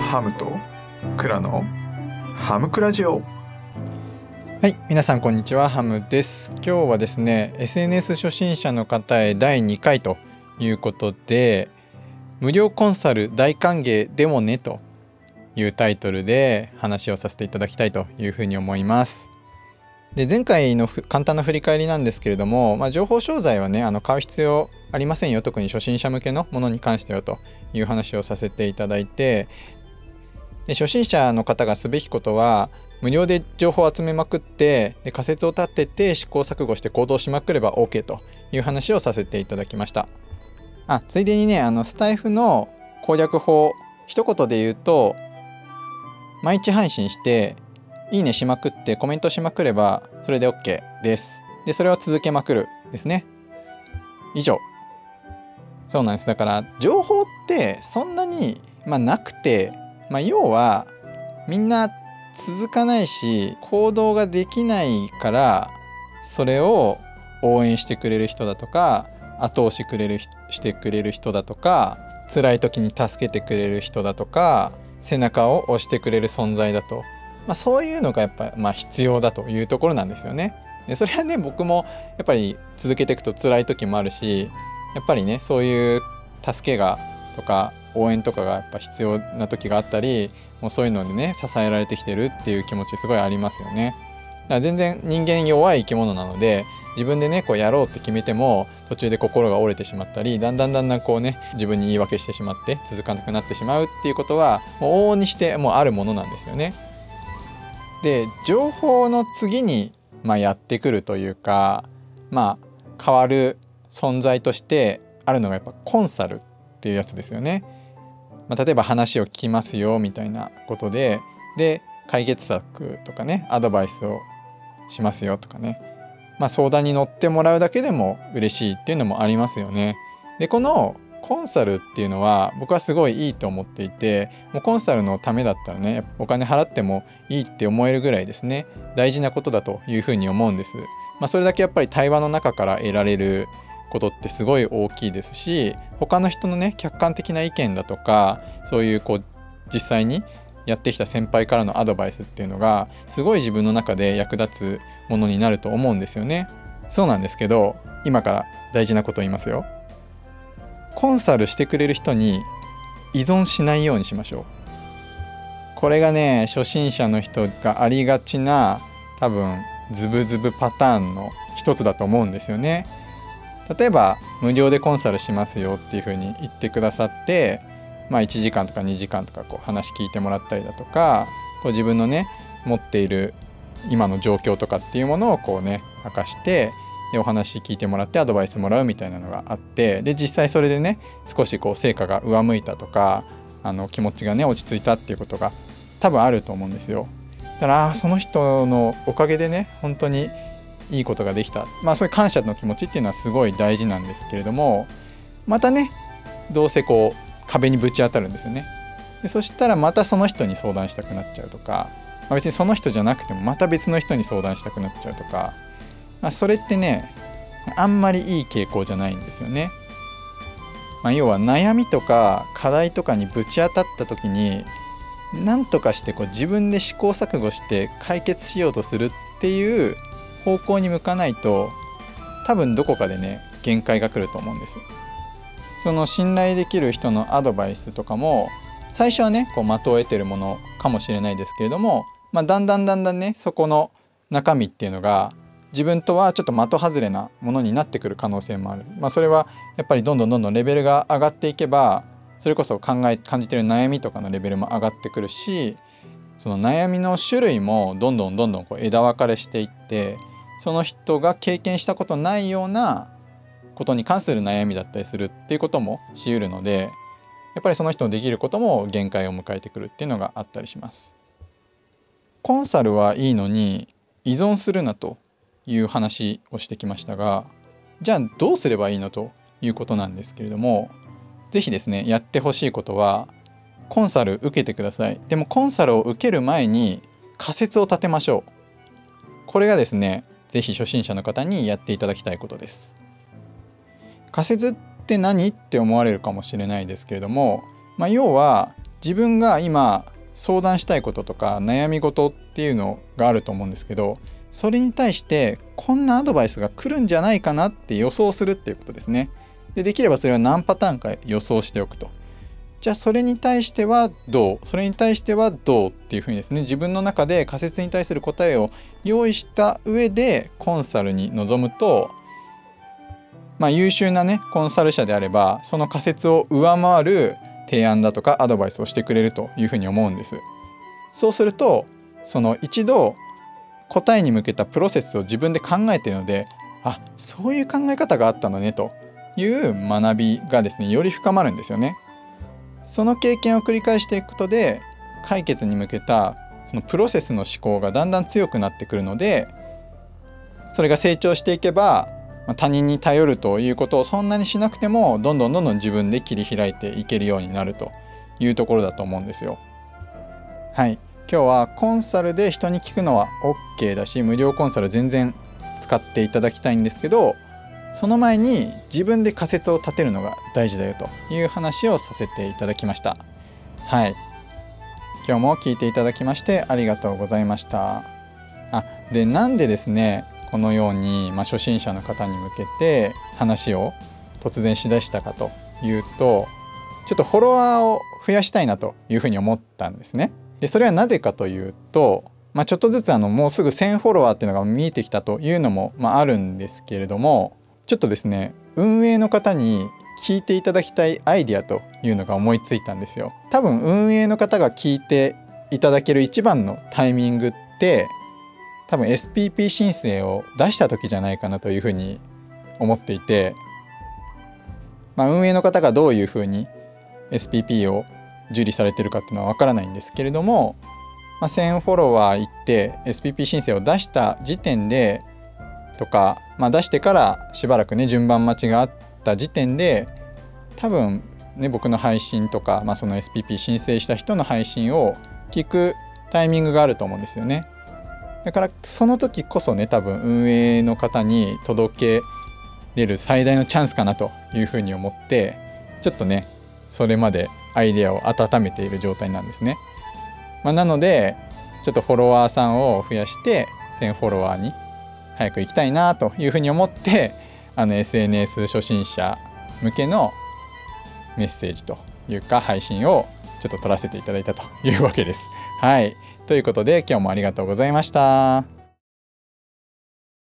ハムとクラのハムクラジオ。 はい、皆さんこんにちは、ハムです。今日はですね SNS 初心者の方へ第2回ということで、無料コンサル大歓迎でもねというタイトルで話をさせていただきたいというふうに思います。で、前回の簡単な振り返りなんですけれども、情報商材はね買う必要ありませんよ、特に初心者向けのものに関してはという話をさせていただいて、で初心者の方がすべきことは無料で情報を集めまくって、で仮説を立てて試行錯誤して行動しまくれば OK という話をさせていただきました。ついでにね、スタイフの攻略法一言で言うと、毎日配信していいねしまくってコメントしまくればそれで OK です。でそれを続けまくるですね。以上。そうなんです。だから情報ってそんなになくて、要はみんな続かないし行動ができないから、それを応援してくれる人だとか後押してくれる人だとか、辛い時に助けてくれる人だとか、背中を押してくれる存在だと、そういうのがやっぱ必要だというところなんですよね。でそれはね、僕もやっぱり続けていくと辛い時もあるし、やっぱりねそういう助けがとか応援とかがやっぱ必要な時があったり、もうそういうのでね支えられてきてるっていう気持ちすごいありますよね。だから全然人間弱い生き物なので、自分でねこうやろうって決めても途中で心が折れてしまったり、だんだんこうね自分に言い訳してしまって続かなくなってしまうっていうことはもう往々にしてもうあるものなんですよね。で情報の次にやってくるというか、変わる存在としてあるのがやっぱコンサルっていうやつですよね。例えば話を聞きますよみたいなことで解決策とかねアドバイスをしますよとかね、相談に乗ってもらうだけでも嬉しいっていうのもありますよね。でこのコンサルっていうのは僕はすごいいいと思っていて、もうコンサルのためだったらねお金払ってもいいって思えるぐらいですね大事なことだというふうに思うんです。それだけやっぱり対話の中から得られることってすごい大きいですし、他の人のね客観的な意見だとか、そういう実際にやってきた先輩からのアドバイスっていうのがすごい自分の中で役立つものになると思うんですよね。そうなんですけど、今から大事なことを言いますよ。コンサルしてくれる人に依存しないようにしましょう。これがね初心者の人がありがちな多分ズブズブパターンの一つだと思うんですよね。例えば無料でコンサルしますよっていう風に言ってくださって、1時間とか2時間とか話聞いてもらったりだとか、自分のね持っている今の状況とかっていうものを明かして、でお話聞いてもらってアドバイスもらうみたいなのがあって、で実際それでね少し成果が上向いたとか、気持ちがね落ち着いたっていうことが多分あると思うんですよ。だからその人のおかげでね本当にいいことができた、そういう感謝の気持ちっていうのはすごい大事なんですけれども、またねどうせ壁にぶち当たるんですよね。でそしたらまたその人に相談したくなっちゃうとか、別にその人じゃなくてもまた別の人に相談したくなっちゃうとか、それってねあんまりいい傾向じゃないんですよね。要は悩みとか課題とかにぶち当たった時に何とかして自分で試行錯誤して解決しようとするっていう方向に向かないと、多分どこかでね限界が来ると思うんです。その信頼できる人のアドバイスとかも最初はね的を得てるものかもしれないですけれども、だんだんねそこの中身っていうのが自分とはちょっと的外れなものになってくる可能性もある。それはやっぱりどんどんレベルが上がっていけば、それこそ感じてる悩みとかのレベルも上がってくるし、その悩みの種類もどんどん枝分かれしていって、その人が経験したことないようなことに関する悩みだったりするっていうこともし得るので、やっぱりその人のできることも限界を迎えてくるっていうのがあったりします。コンサルはいいのに依存するなという話をしてきましたが、じゃあどうすればいいのということなんですけれども、ぜひですねやってほしいことはコンサル受けてください。でもコンサルを受ける前に仮説を立てましょう。これがですねぜひ初心者の方にやっていただきたいことです。仮説って何って思われるかもしれないですけれども、要は自分が今相談したいこととか悩み事っていうのがあると思うんですけど、それに対してこんなアドバイスが来るんじゃないかなって予想するっていうことですね。できればそれは何パターンか予想しておくと。じゃあそれに対してはどう、それに対してはどうっていうふうにですね、自分の中で仮説に対する答えを用意した上でコンサルに臨むと、優秀なねコンサル社であればその仮説を上回る提案だとかアドバイスをしてくれるというふうに思うんです。そうするとその一度答えに向けたプロセスを自分で考えているので、そういう考え方があったのねという学びがですねより深まるんですよね。その経験を繰り返していくことで解決に向けたそのプロセスの思考がだんだん強くなってくるので、それが成長していけば他人に頼るということをそんなにしなくてもどんどん自分で切り開いていけるようになるというところだと思うんですよ。はい、今日はコンサルで人に聞くのは OK だし、無料コンサル全然使っていただきたいんですけど、その前に自分で仮説を立てるのが大事だよという話をさせていただきました。はい、今日も聞いていただきましてありがとうございました。でなんでですねこのように、初心者の方に向けて話を突然しだしたかというと、ちょっとフォロワーを増やしたいなというふうに思ったんですね。でそれはなぜかというと、ちょっとずつもうすぐ1000フォロワーっていうのが見えてきたというのも、あるんですけれども、ちょっとですね運営の方に聞いていただきたいアイディアというのが思いついたんですよ。多分運営の方が聞いていただける一番のタイミングって多分 SPP 申請を出した時じゃないかなというふうに思っていて、運営の方がどういうふうに SPP を受理されているかっていうのはわからないんですけれども、1000フォロワーいって SPP 申請を出した時点でとか、出してからしばらくね順番待ちがあった時点で多分ね僕の配信とか、その SPP 申請した人の配信を聞くタイミングがあると思うんですよね。だからその時こそね多分運営の方に届けれる最大のチャンスかなというふうに思って、ちょっとねそれまでアイデアを温めている状態なんですね。なのでちょっとフォロワーさんを増やして1000フォロワーに早く行きたいなというふうに思って、SNS 初心者向けのメッセージというか配信をちょっと撮らせていただいたというわけです。はい、ということで今日もありがとうございました。